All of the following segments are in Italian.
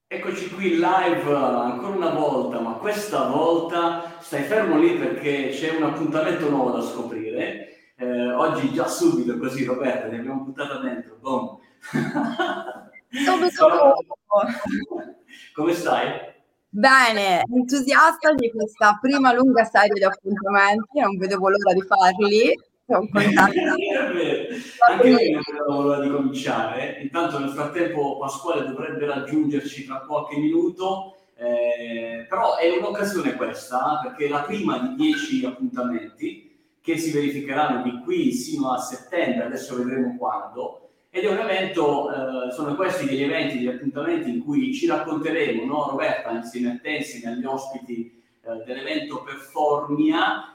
Eccoci qui live ancora una volta, ma questa volta stai fermo lì perché c'è un appuntamento nuovo da scoprire. Oggi già subito così, Roberta, ne abbiamo buttata dentro. Boom. Subito Però- dopo. Come stai? Bene, entusiasta di questa prima lunga serie di appuntamenti, non vedevo l'ora di farli, sono contenta. Anche noi non avevamo l'ora di cominciare. Intanto nel frattempo Pasquale dovrebbe raggiungerci tra qualche minuto, però è un'occasione questa, perché è la prima di 10 appuntamenti che si verificheranno di qui sino a settembre, adesso vedremo quando, ed è un evento, sono questi degli eventi, degli appuntamenti in cui ci racconteremo, no, Roberta, insieme a te, insieme agli ospiti dell'evento Performia,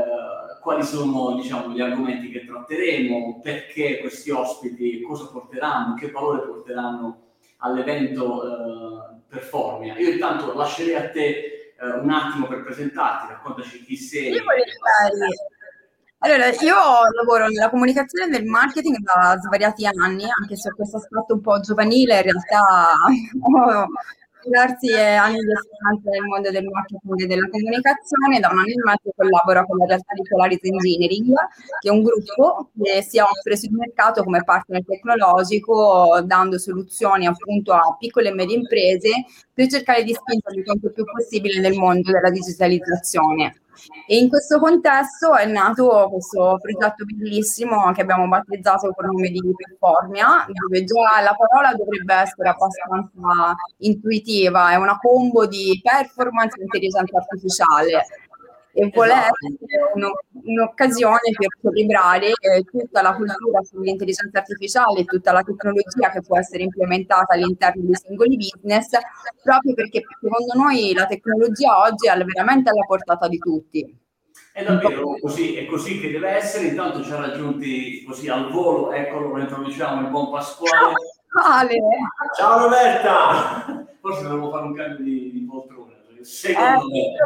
quali sono, diciamo, gli argomenti che tratteremo, perché questi ospiti, cosa porteranno, che valore porteranno all'evento Performia. Io intanto lascerei a te un attimo per presentarti, raccontaci chi Io sei. volentieri. Allora, io lavoro nella comunicazione e nel marketing da svariati anni, anche se ho questo aspetto un po' giovanile, in realtà ho diversi anni di esperienza nel mondo del marketing e della comunicazione. Da un anno e mezzo collaboro con la realtà di Polaris Engineering, che è un gruppo che si offre sul mercato come partner tecnologico, dando soluzioni appunto a piccole e medie imprese per cercare di spingerli quanto più possibile nel mondo della digitalizzazione. E in questo contesto è nato questo progetto bellissimo che abbiamo battezzato con il nome di Performia, dove già la parola dovrebbe essere abbastanza intuitiva, è una combo di performance e intelligenza artificiale e vuole Esatto. essere un'occasione per celebrare tutta la cultura sull'intelligenza artificiale e tutta la tecnologia che può essere implementata all'interno dei singoli business, proprio perché secondo noi la tecnologia oggi è veramente alla portata di tutti. È Un po' davvero così, è così che deve essere. Intanto ci ha raggiunti così al volo, eccolo, lo introduciamo, il buon Pasquale. Ale. Ciao Roberta! Forse dovremmo fare un cambio di poltrona, perché secondo me,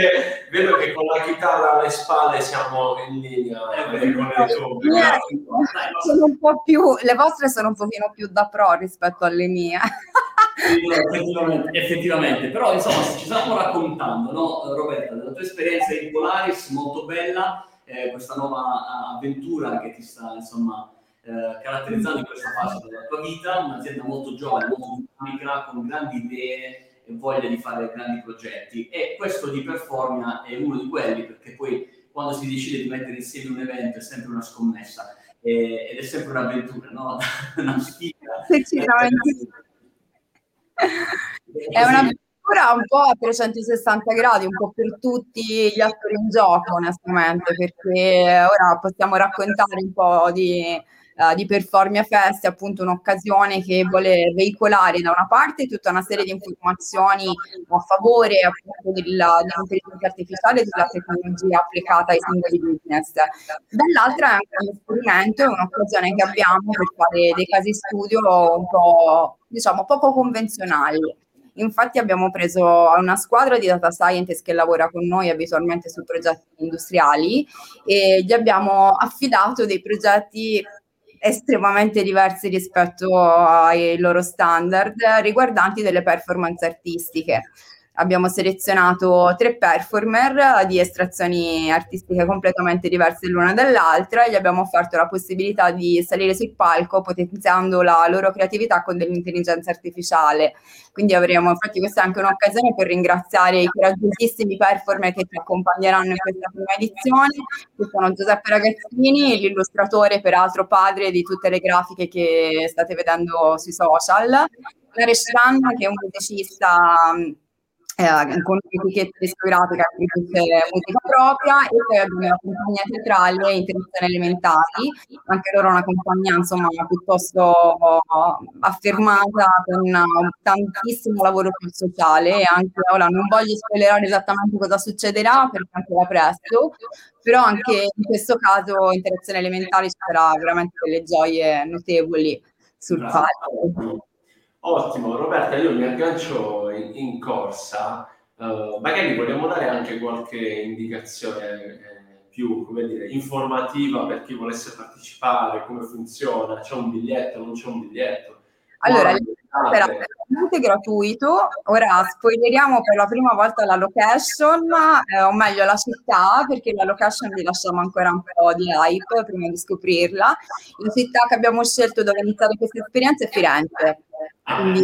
Vedo che con la chitarra alle spalle siamo in linea è anche vero. con le tue. Dai, sono un po' più, le vostre sono un pochino più da pro rispetto alle mie. sì, no, effettivamente, però insomma ci stiamo raccontando, no, Roberta, della tua esperienza in Polaris, molto bella, questa nuova avventura che ti sta insomma caratterizzando in questa fase della tua vita, un'azienda molto giovane, molto dinamica, con grandi idee e voglia di fare grandi progetti, e questo di Performia è uno di quelli, perché poi quando si decide di mettere insieme un evento è sempre una scommessa ed è sempre un'avventura, no? Una sfida. Decisamente. È È così. un'avventura un po' a 360 gradi, un po' per tutti gli attori in gioco, onestamente, perché ora possiamo raccontare un po' di Performia Fest, appunto un'occasione che vuole veicolare da una parte tutta una serie di informazioni a favore appunto dell'intelligenza artificiale e della tecnologia applicata ai singoli business. Dall'altra è anche un esperimento, è un'occasione che abbiamo per fare dei casi studio un po', diciamo, poco convenzionali. Infatti abbiamo preso una squadra di data scientist che lavora con noi abitualmente su progetti industriali e gli abbiamo affidato dei progetti estremamente diversi rispetto ai loro standard riguardanti delle performance artistiche. Abbiamo selezionato 3 performer di estrazioni artistiche completamente diverse l'una dall'altra e gli abbiamo offerto la possibilità di salire sul palco potenziando la loro creatività con dell'intelligenza artificiale. Quindi avremo, infatti questa è anche un'occasione per ringraziare i coraggiosissimi performer che ci accompagneranno in questa prima edizione, che sono Giuseppe Ragazzini, l'illustratore peraltro padre di tutte le grafiche che state vedendo sui social, Naresh Khanna, che è un musicista con un'etichetta discografica che produce musica propria, e poi abbiamo la compagnia teatrale Interazioni Elementari, anche loro una compagnia insomma piuttosto affermata con tantissimo lavoro sul sociale e anche ora non voglio spoilerare esattamente cosa succederà perché ancora presto, però anche in questo caso Interazioni Elementari ci sarà veramente delle gioie notevoli sul palco. Bravo. Ottimo, Roberta, io mi aggancio in corsa. Magari vogliamo dare anche qualche indicazione più, come dire, informativa per chi volesse partecipare, come funziona, c'è un biglietto, non c'è un biglietto, Allora, quando, date. completamente gratuito. Ora spoileriamo per la prima volta la location, o meglio la città, perché la location vi lasciamo ancora un po' di hype prima di scoprirla. La città che abbiamo scelto dove iniziare questa esperienza è Firenze. Quindi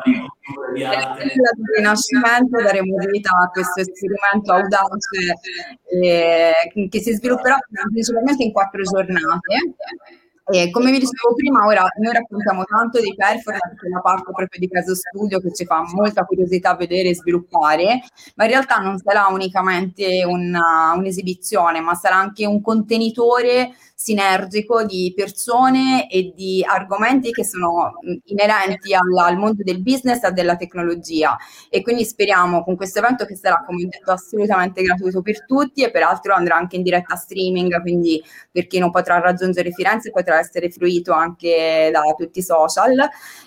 nella di Rinascimento daremo vita a questo esperimento audace che si svilupperà principalmente in 4 giornate. E come vi dicevo prima, ora noi raccontiamo tanto di performance, che è una parte proprio di caso studio che ci fa molta curiosità vedere e sviluppare, ma in realtà non sarà unicamente un'esibizione, ma sarà anche un contenitore sinergico di persone e di argomenti che sono inerenti al mondo del business e della tecnologia. E quindi speriamo con questo evento, che sarà, come detto, assolutamente gratuito per tutti e peraltro andrà anche in diretta streaming, quindi per chi non potrà raggiungere Firenze potrà essere fruito anche da tutti i social.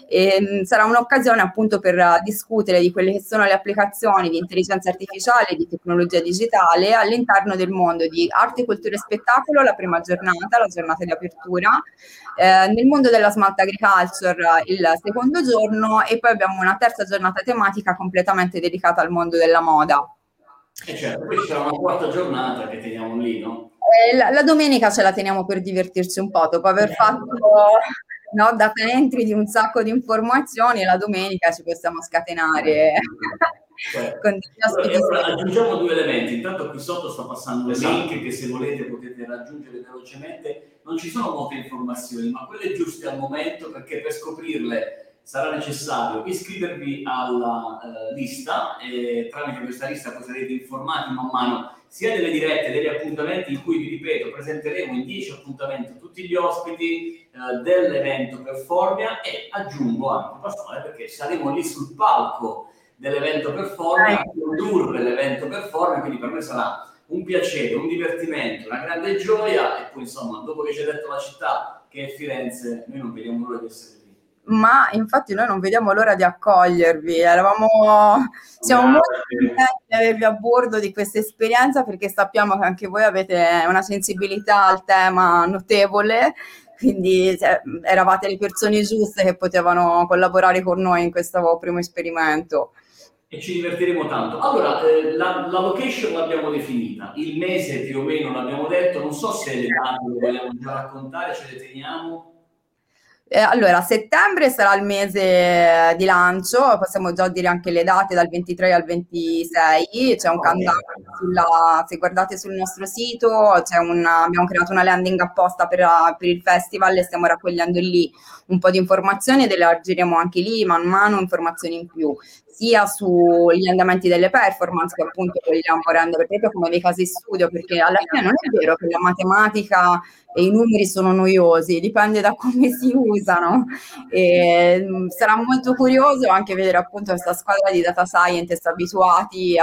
E sarà un'occasione appunto per discutere di quelle che sono le applicazioni di intelligenza artificiale e di tecnologia digitale all'interno del mondo di arte, cultura e spettacolo, la prima giornata, la giornata di apertura, nel mondo della smart agriculture il secondo giorno, e poi abbiamo una terza giornata tematica completamente dedicata al mondo della moda. E certo, poi c'è una quarta giornata che teniamo lì, no? La domenica ce la teniamo per divertirci un po', dopo aver fatto data entry di un sacco di informazioni, la domenica ci possiamo scatenare. Con allora, aggiungiamo 2 elementi. Intanto qui sotto sta passando un link che se volete potete raggiungere velocemente. Non ci sono molte informazioni, ma quelle giuste al momento, perché per scoprirle sarà necessario iscrivervi alla lista, e tramite questa lista poi sarete informati man mano sia delle dirette, degli appuntamenti in cui, vi ripeto, presenteremo in 10 appuntamenti tutti gli ospiti dell'evento Performia, e aggiungo anche Pasquale, perché saremo lì sul palco dell'evento Performia a condurre l'evento Performia, quindi per noi sarà un piacere, un divertimento, una grande gioia. E poi insomma, dopo che ci ha detto la città che è Firenze, noi non vediamo l'ora di essere lì. Ma infatti noi non vediamo l'ora di accogliervi, siamo molto contenti di avervi a bordo di questa esperienza, perché sappiamo che anche voi avete una sensibilità al tema notevole, quindi eravate le persone giuste che potevano collaborare con noi in questo primo esperimento. E ci divertiremo tanto. Allora, la location l'abbiamo definita, il mese più o meno l'abbiamo detto, non so se le date le vogliamo già raccontare, ce le teniamo. Allora, settembre sarà il mese di lancio, possiamo già dire anche le date, dal 23 al 26, c'è un countdown, se guardate sul nostro sito, abbiamo creato una landing apposta per il festival e stiamo raccogliendo lì un po' di informazioni, ed elargiremo anche lì man mano informazioni in più, sia sugli andamenti delle performance, che appunto vogliamo rendere proprio come dei casi studio, perché alla fine non è vero che la matematica e i numeri sono noiosi, dipende da come si usano. E sarà molto curioso anche vedere appunto questa squadra di data scientist abituati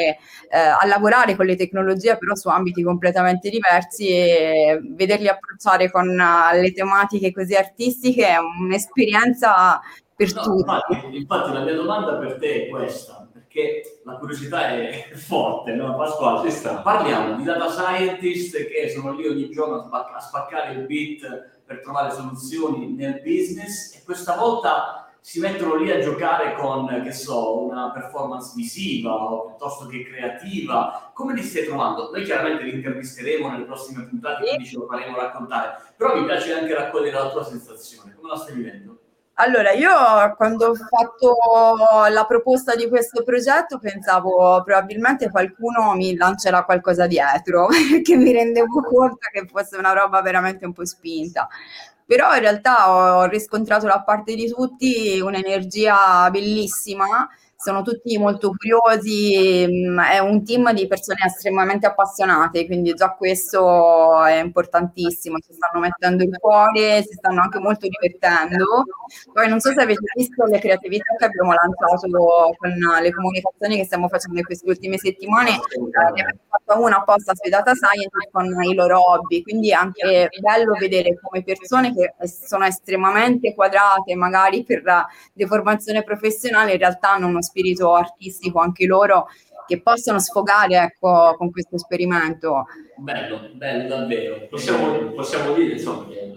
a lavorare con le tecnologie, però su ambiti completamente diversi, e vederli approcciare con le tematiche così artistiche è un'esperienza per tutti. Infatti la mia domanda per te è questa, perché la curiosità è forte, no? Pasquale, parliamo di data scientist che sono lì ogni giorno a spaccare il beat per trovare soluzioni nel business, e questa volta si mettono lì a giocare con, che so, una performance visiva o piuttosto che creativa. Come li stai trovando? Noi chiaramente li intervisteremo nelle prossime puntate, quindi ce lo faremo raccontare, però mi piace anche raccogliere la tua sensazione. Come la stai vivendo? Allora, io quando ho fatto la proposta di questo progetto pensavo probabilmente qualcuno mi lancerà qualcosa dietro, perché mi rendevo conto che fosse una roba veramente un po' spinta. Però in realtà ho riscontrato da parte di tutti un'energia bellissima, sono tutti molto curiosi, è un team di persone estremamente appassionate, quindi già questo è importantissimo, ci stanno mettendo il cuore, si stanno anche molto divertendo. Poi non so se avete visto le creatività che abbiamo lanciato con le comunicazioni che stiamo facendo in queste ultime settimane, ne abbiamo fatta una apposta sui data science con i loro hobby, quindi è anche bello vedere come persone che sono estremamente quadrate magari per la deformazione professionale in realtà hanno uno spirito artistico anche loro, che possono sfogare, ecco, con questo esperimento. Bello davvero. Possiamo dire insomma che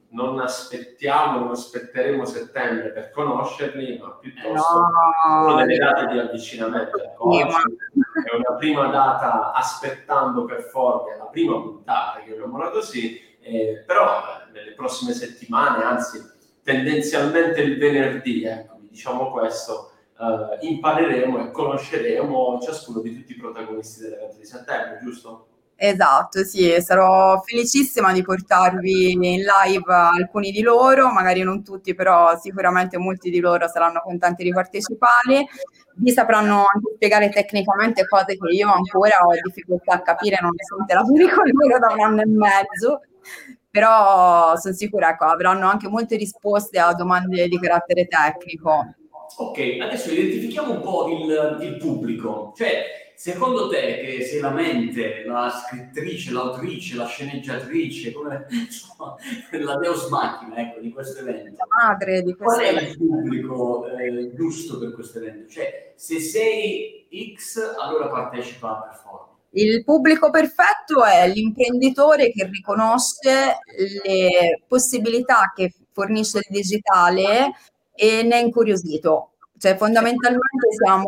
non aspetteremo settembre per conoscerli, ma piuttosto uno delle date di avvicinamento. Oggi è una prima data aspettando per Formia, la prima puntata, chiamiamola così, però nelle prossime settimane, anzi tendenzialmente il venerdì, diciamo questo, impareremo e conosceremo ciascuno di tutti i protagonisti dell'evento di settembre, giusto? Esatto, sì, sarò felicissima di portarvi in live alcuni di loro, magari non tutti, però sicuramente molti di loro saranno contenti di partecipare. Vi sapranno anche spiegare tecnicamente cose che io ancora ho difficoltà a capire, nonostante la pubblico loro da un anno e mezzo. Però sono sicura, ecco, avranno anche molte risposte a domande di carattere tecnico. Ok, adesso identifichiamo un po' il pubblico. Cioè, secondo te, che sei la mente, la scrittrice, l'autrice, la sceneggiatrice, come insomma, la Deus Machina, ecco, di questo evento, La madre di questo qual è il pubblico giusto per questo evento? Cioè, se sei X, allora partecipa per forza. Il pubblico perfetto è l'imprenditore che riconosce le possibilità che fornisce il digitale e ne è incuriosito. Cioè, fondamentalmente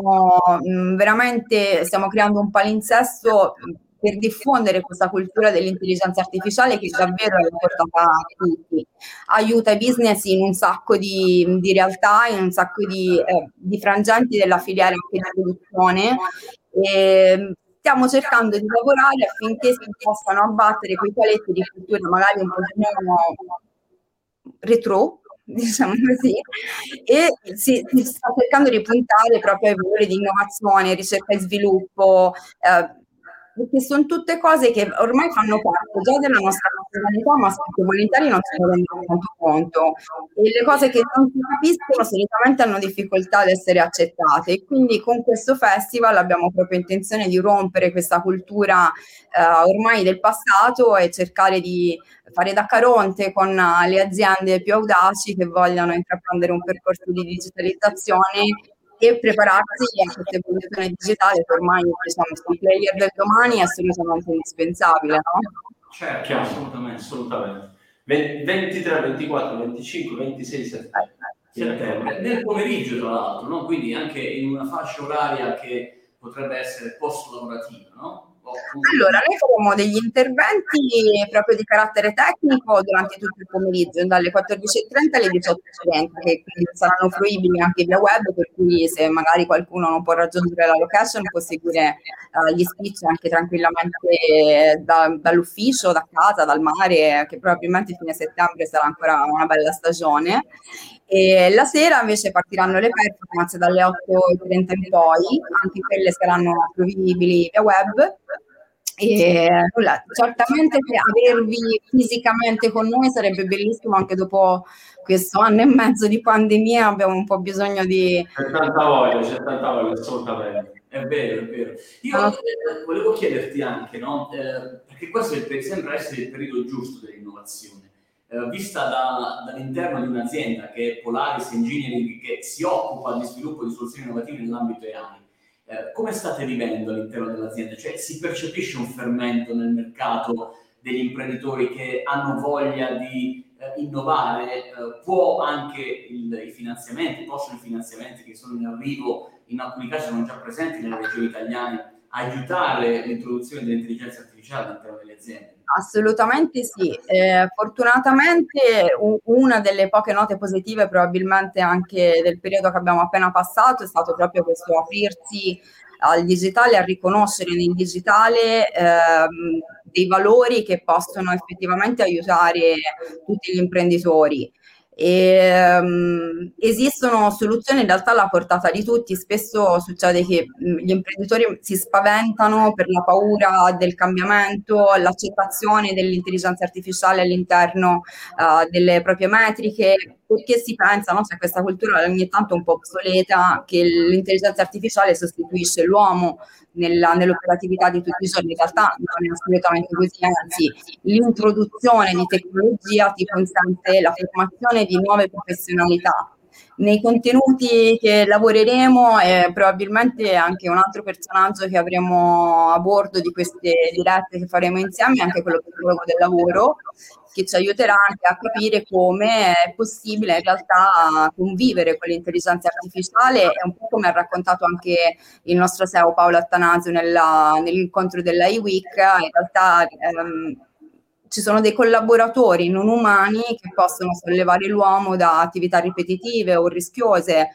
stiamo creando un palinsesto per diffondere questa cultura dell'intelligenza artificiale che davvero è portata a tutti. Aiuta i business in un sacco di realtà, in un sacco di frangenti della filiera anche di produzione. E stiamo cercando di lavorare affinché si possano abbattere quei paletti di cultura magari un pochino retro, diciamo così, e si sta cercando di puntare proprio ai valori di innovazione, ricerca e sviluppo, perché sono tutte cose che ormai fanno parte già della nostra quotidianità, ma i volontari non se ne rendono tanto conto. E le cose che non si capiscono solitamente hanno difficoltà ad essere accettate. E quindi con questo festival abbiamo proprio intenzione di rompere questa cultura ormai del passato e cercare di fare da Caronte con le aziende più audaci che vogliano intraprendere un percorso di digitalizzazione e prepararsi a questa evoluzione digitale che ormai, diciamo, sui player del domani è assolutamente indispensabile, no? Certo, assolutamente. 23, 24, 25, 26 settembre. Nel pomeriggio, tra l'altro, no? Quindi anche in una fascia oraria che potrebbe essere post-lavorativa, no? Allora, noi faremo degli interventi proprio di carattere tecnico durante tutto il pomeriggio, dalle 14.30 alle 18.30, che quindi saranno fruibili anche via web, per cui se magari qualcuno non può raggiungere la location può seguire gli speech anche tranquillamente dall'ufficio, da casa, dal mare, che probabilmente fine settembre sarà ancora una bella stagione. E la sera invece partiranno le performance dalle 8.30 in poi, anche quelle saranno fruibili via web. E nulla, certamente avervi fisicamente con noi sarebbe bellissimo anche dopo questo anno e mezzo di pandemia, abbiamo un po' bisogno di... C'è tanta voglia, assolutamente. È vero. Io volevo chiederti anche, no? Perché questo sembra essere il periodo giusto dell'innovazione. Vista dall'interno di un'azienda che è Polaris Engineering, che si occupa di sviluppo di soluzioni innovative nell'ambito AI, come state vivendo all'interno dell'azienda? Cioè, si percepisce un fermento nel mercato degli imprenditori che hanno voglia di innovare? Può anche i finanziamenti che sono in arrivo, in alcuni casi sono già presenti nelle regioni italiane, aiutare l'introduzione dell'intelligenza artificiale all'interno delle aziende? Assolutamente sì, fortunatamente una delle poche note positive probabilmente anche del periodo che abbiamo appena passato è stato proprio questo aprirsi al digitale, a riconoscere nel digitale dei valori che possono effettivamente aiutare tutti gli imprenditori. Esistono soluzioni in realtà alla portata di tutti. Spesso succede che gli imprenditori si spaventano per la paura del cambiamento, l'accettazione dell'intelligenza artificiale all'interno delle proprie metriche, perché si pensa, no, c'è questa cultura ogni tanto un po' obsoleta che l'intelligenza artificiale sostituisce l'uomo nell'operatività di tutti i giorni. In realtà non è assolutamente così, anzi l'introduzione di tecnologia ti consente la formazione di nuove professionalità. Nei contenuti che lavoreremo probabilmente anche un altro personaggio che avremo a bordo di queste dirette che faremo insieme è anche quello psicologo del lavoro, che ci aiuterà anche a capire come è possibile in realtà convivere con l'intelligenza artificiale, e un po' come ha raccontato anche il nostro SEO Paolo Attanasio nell'incontro della eWeek. In realtà ci sono dei collaboratori non umani che possono sollevare l'uomo da attività ripetitive o rischiose,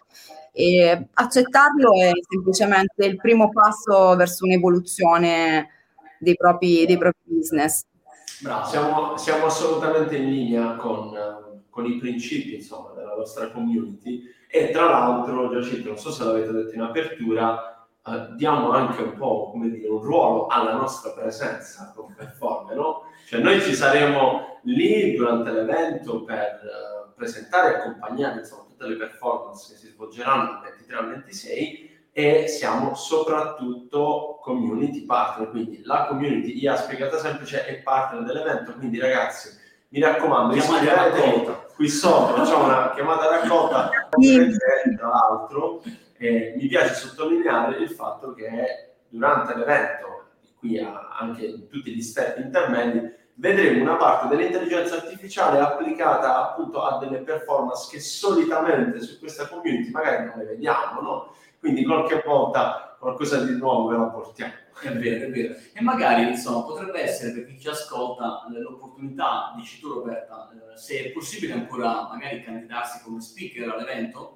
e accettarlo è semplicemente il primo passo verso un'evoluzione dei propri business. Bravo. Siamo assolutamente in linea con i principi, insomma, della nostra community, e tra l'altro, Giacinto, non so se l'avete detto in apertura, diamo anche un po', come dire, un ruolo alla nostra presenza con Performe, no? Cioè noi ci saremo lì durante l'evento per presentare e accompagnare, insomma, tutte le performance che si svolgeranno dal 23 al 26, e siamo soprattutto community partner, quindi la community IA Spiegata Semplice è partner dell'evento, quindi ragazzi, mi raccomando, iscrivetevi qui sotto, facciamo una chiamata raccolta, tra l'altro. Mi piace sottolineare il fatto che durante l'evento, qui anche tutti gli step intermedi, vedremo una parte dell'intelligenza artificiale applicata appunto a delle performance che solitamente su questa community magari non le vediamo, no? Quindi qualche volta qualcosa di nuovo ve la portiamo. È vero, è vero. E magari, insomma, potrebbe essere per chi ci ascolta l'opportunità, dici tu Roberta, se è possibile ancora magari candidarsi come speaker all'evento.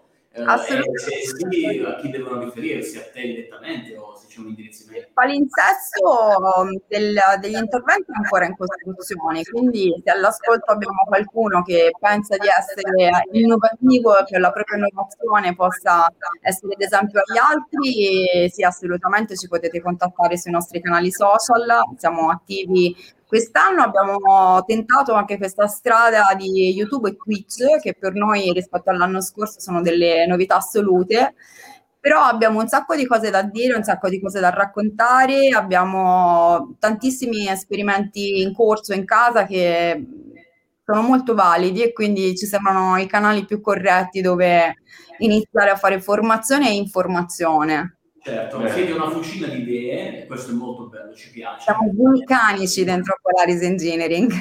Se sì, a chi devono riferirsi, a te direttamente o se c'è un indirizzo email? Il palinsesto degli interventi è ancora in costruzione, quindi se all'ascolto abbiamo qualcuno che pensa di essere innovativo e che la propria innovazione possa essere d'esempio agli altri, sì, assolutamente ci potete contattare sui nostri canali social, siamo attivi. Quest'anno abbiamo tentato anche questa strada di YouTube e Twitch, che per noi rispetto all'anno scorso sono delle novità assolute, però abbiamo un sacco di cose da dire, un sacco di cose da raccontare, abbiamo tantissimi esperimenti in corso in casa che sono molto validi, e quindi ci sembrano i canali più corretti dove iniziare a fare formazione e informazione. Certo, siete una fucina di idee e questo è molto bello, ci piace. Siamo vulcanici dentro Polaris Engineering.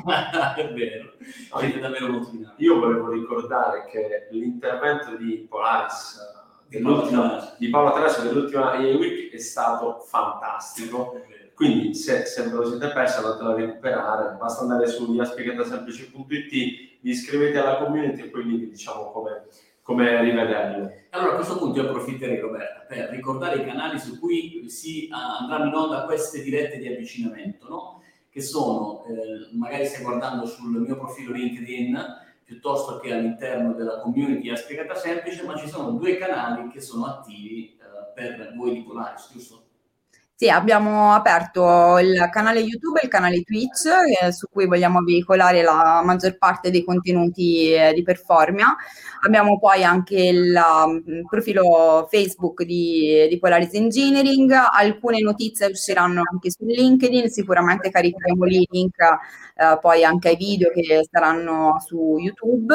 È vero, siete davvero molto dinamici. Io volevo ricordare che l'intervento di Polaris, di Paolo Attanasio dell'ultima eWeek è stato fantastico. Quindi se ve lo siete persi, andatelo a recuperare, basta andare su iaspiegatasemplice.it, vi iscrivete alla community e poi lì vi diciamo come rivederlo. Allora a questo punto io approfitterei, Roberta, per ricordare i canali su cui si andranno in onda queste dirette di avvicinamento, no? Che sono, magari stai guardando sul mio profilo LinkedIn, piuttosto che all'interno della community Spiegata Semplice, ma ci sono due canali che sono attivi per voi di Polaris, giusto? Sì, abbiamo aperto il canale YouTube e il canale Twitch, su cui vogliamo veicolare la maggior parte dei contenuti di Performia. Abbiamo poi anche il profilo Facebook di Polaris Engineering, alcune notizie usciranno anche su LinkedIn, sicuramente caricheremo i link poi anche ai video che saranno su YouTube,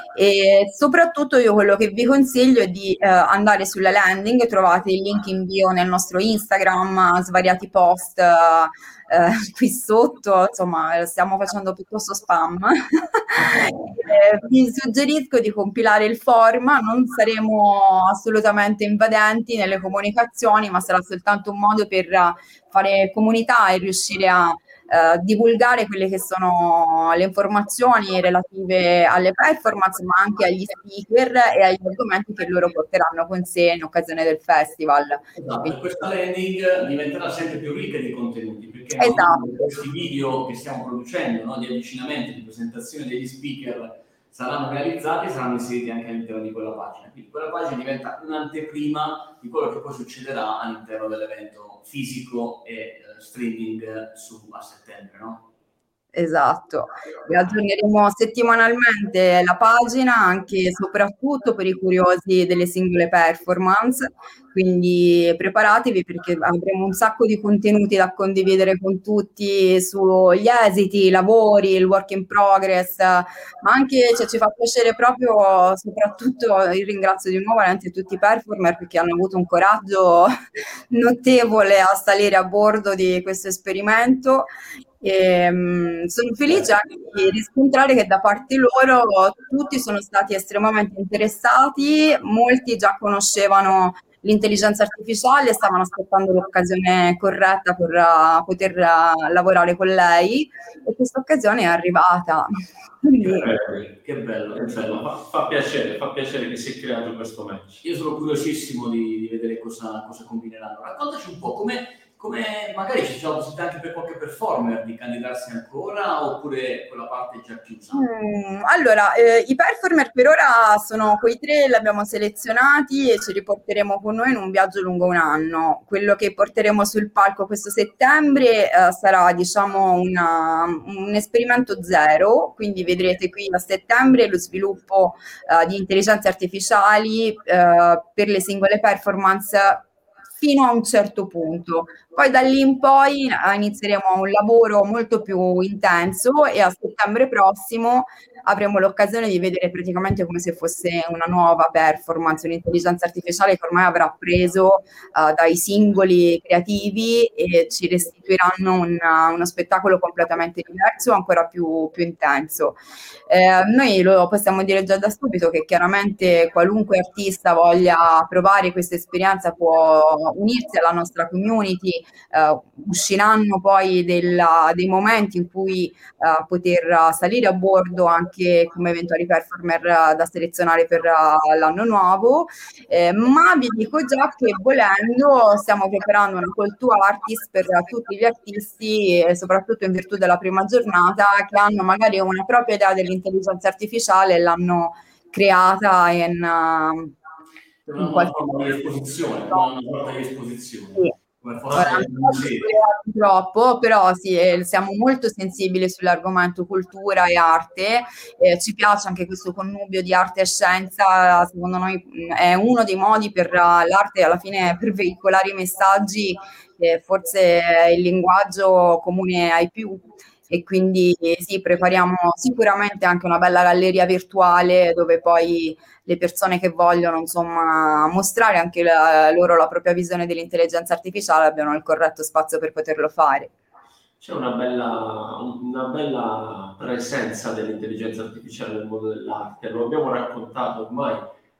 e soprattutto io quello che vi consiglio è di andare sulla landing, trovate il link in bio nel nostro Instagram, svariati post qui sotto, insomma stiamo facendo piuttosto spam. Vi suggerisco di compilare il form, non saremo assolutamente invadenti nelle comunicazioni, ma sarà soltanto un modo per fare comunità e riuscire a divulgare quelle che sono le informazioni relative alle performance, ma anche agli speaker e agli argomenti che loro porteranno con sé in occasione del festival. Esatto, quindi questa landing diventerà sempre più ricca di contenuti, perché questi video che stiamo producendo, no, di avvicinamento, di presentazione degli speaker, saranno realizzati e saranno inseriti anche all'interno di quella pagina. Quindi quella pagina diventa un'anteprima di quello che poi succederà all'interno dell'evento fisico e streaming a settembre, no? Esatto, e aggiorneremo settimanalmente la pagina anche e soprattutto per i curiosi delle singole performance, quindi preparatevi perché avremo un sacco di contenuti da condividere con tutti sugli esiti, i lavori, il work in progress, ma anche ci fa piacere proprio, soprattutto ringrazio di nuovo veramente tutti i performer perché hanno avuto un coraggio notevole a salire a bordo di questo esperimento. Sono felice anche di riscontrare che da parte loro tutti sono stati estremamente interessati, molti già conoscevano l'intelligenza artificiale e stavano aspettando l'occasione corretta per poter lavorare con lei, e questa occasione è arrivata. Quindi, che bello, che bello. Fa piacere che si è creato questo match. Io sono curiosissimo di vedere cosa combineranno. Raccontaci un po' come magari ci sono possibilità anche per qualche performer di candidarsi ancora, oppure quella parte è già chiusa? Allora, i performer per ora sono quei 3, li abbiamo selezionati e ce li porteremo con noi in un viaggio lungo un anno. Quello che porteremo sul palco questo settembre sarà, diciamo, un esperimento zero, quindi vedrete qui a settembre lo sviluppo di intelligenze artificiali per le singole performance fino a un certo punto. Poi da lì in poi inizieremo un lavoro molto più intenso e a settembre prossimo avremo l'occasione di vedere praticamente come se fosse una nuova performance, un'intelligenza artificiale che ormai avrà preso dai singoli creativi e ci restituiranno uno spettacolo completamente diverso, ancora più intenso. Noi lo possiamo dire già da subito che chiaramente qualunque artista voglia provare questa esperienza può unirsi alla nostra community, usciranno poi dei momenti in cui poter salire a bordo anche come eventuali performer da selezionare per l'anno nuovo, ma vi dico già che volendo stiamo preparando una call to artist per tutti gli artisti, soprattutto in virtù della prima giornata, che hanno magari una propria idea dell'intelligenza artificiale e l'hanno creata in qualche forma di esposizione, una sorta di esposizione. Sì. Troppo, però sì, siamo molto sensibili sull'argomento cultura e arte, ci piace anche questo connubio di arte e scienza, secondo noi è uno dei modi per l'arte alla fine per veicolare i messaggi, forse è il linguaggio comune ai più. E quindi sì, prepariamo sicuramente anche una bella galleria virtuale dove poi le persone che vogliono insomma mostrare anche loro la propria visione dell'intelligenza artificiale abbiano il corretto spazio per poterlo fare. C'è una bella presenza dell'intelligenza artificiale nel mondo dell'arte, lo abbiamo raccontato ormai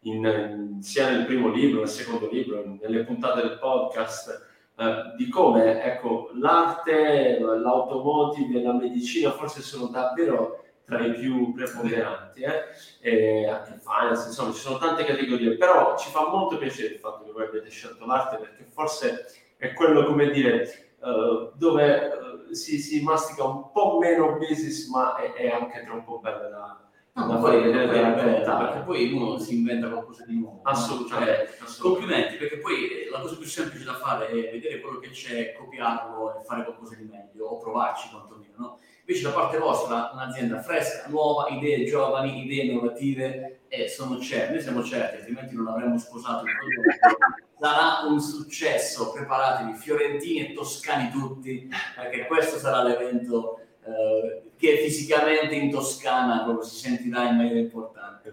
sia nel primo libro, nel secondo libro, nelle puntate del podcast, di come ecco, l'arte, l'automotive e la medicina forse sono davvero tra i più preponderanti, e anche il finance, insomma ci sono tante categorie, però ci fa molto piacere il fatto che voi abbiate scelto l'arte, perché forse è quello, come dire, dove si mastica un po' meno business, ma è anche troppo bello da fare vedere, da raccontare, perché poi uno si inventa qualcosa di nuovo. Assolutamente. Complimenti, perché poi la cosa più semplice da fare è vedere quello che c'è, copiarlo e fare qualcosa di meglio, o provarci quantomeno, no? Invece da parte vostra un'azienda fresca, nuova, idee giovani, idee innovative, e sono certi, noi siamo certi, altrimenti non avremmo sposato il prodotto. Sarà un successo, preparatevi, fiorentini e toscani tutti, perché questo sarà l'evento che fisicamente in Toscana proprio si sentirà in maniera importante.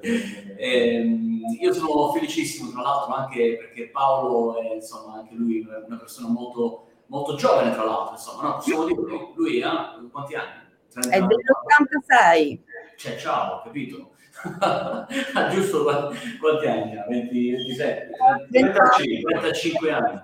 Io sono felicissimo, tra l'altro, anche perché Paolo è insomma anche lui una persona molto, molto giovane, tra l'altro, insomma, no? Possiamo dire lui ha quanti anni? È dell'86. Cioè, ciao, capito? Giusto quanti anni ha? 20, 27? 35 anni.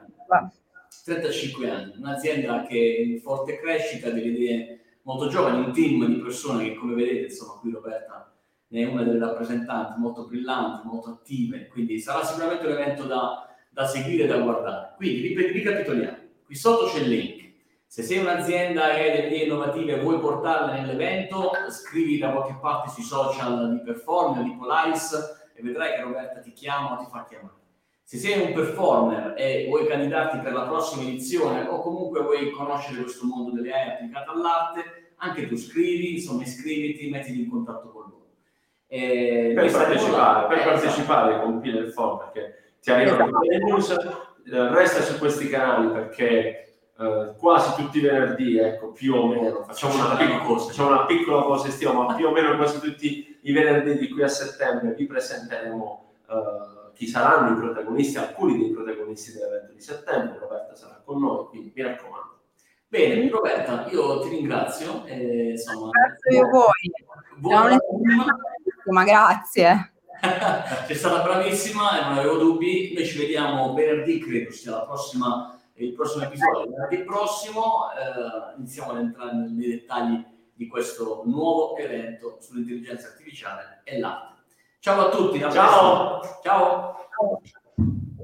35 anni, un'azienda che è in forte crescita, delle idee molto giovani, un team di persone che, come vedete, insomma, qui Roberta è una delle rappresentanti molto brillanti, molto attive, quindi sarà sicuramente un evento da seguire e da guardare. Quindi ricapitoliamo, qui sotto c'è il link. Se sei un'azienda e hai delle idee innovative e vuoi portarle nell'evento, scrivi da qualche parte sui social di Perform, di Polaris, e vedrai che Roberta ti chiama o ti fa chiamare. Se sei un performer e vuoi candidarti per la prossima edizione o comunque vuoi conoscere questo mondo delle AI applicate all'arte, anche tu scrivi, insomma iscriviti, mettiti in contatto con loro. Per partecipare con Pile Form, perché ti arrivano tutte le news, resta su questi canali perché quasi tutti i venerdì, ecco, più o meno, facciamo una piccola cosa estiva, ma più o meno quasi tutti i venerdì di qui a settembre vi presenteremo chi saranno i protagonisti, alcuni dei protagonisti dell'evento di settembre. Roberta sarà con noi, quindi mi raccomando, Bene, Roberta, io ti ringrazio. Insomma, Grazie a voi. Ma grazie. Sei stata bravissima e non avevo dubbi. Noi ci vediamo venerdì, credo sia il prossimo episodio. Venerdì prossimo iniziamo ad entrare nei dettagli di questo nuovo evento sull'intelligenza artificiale e l'arte. Ciao a tutti. Ciao. Ciao.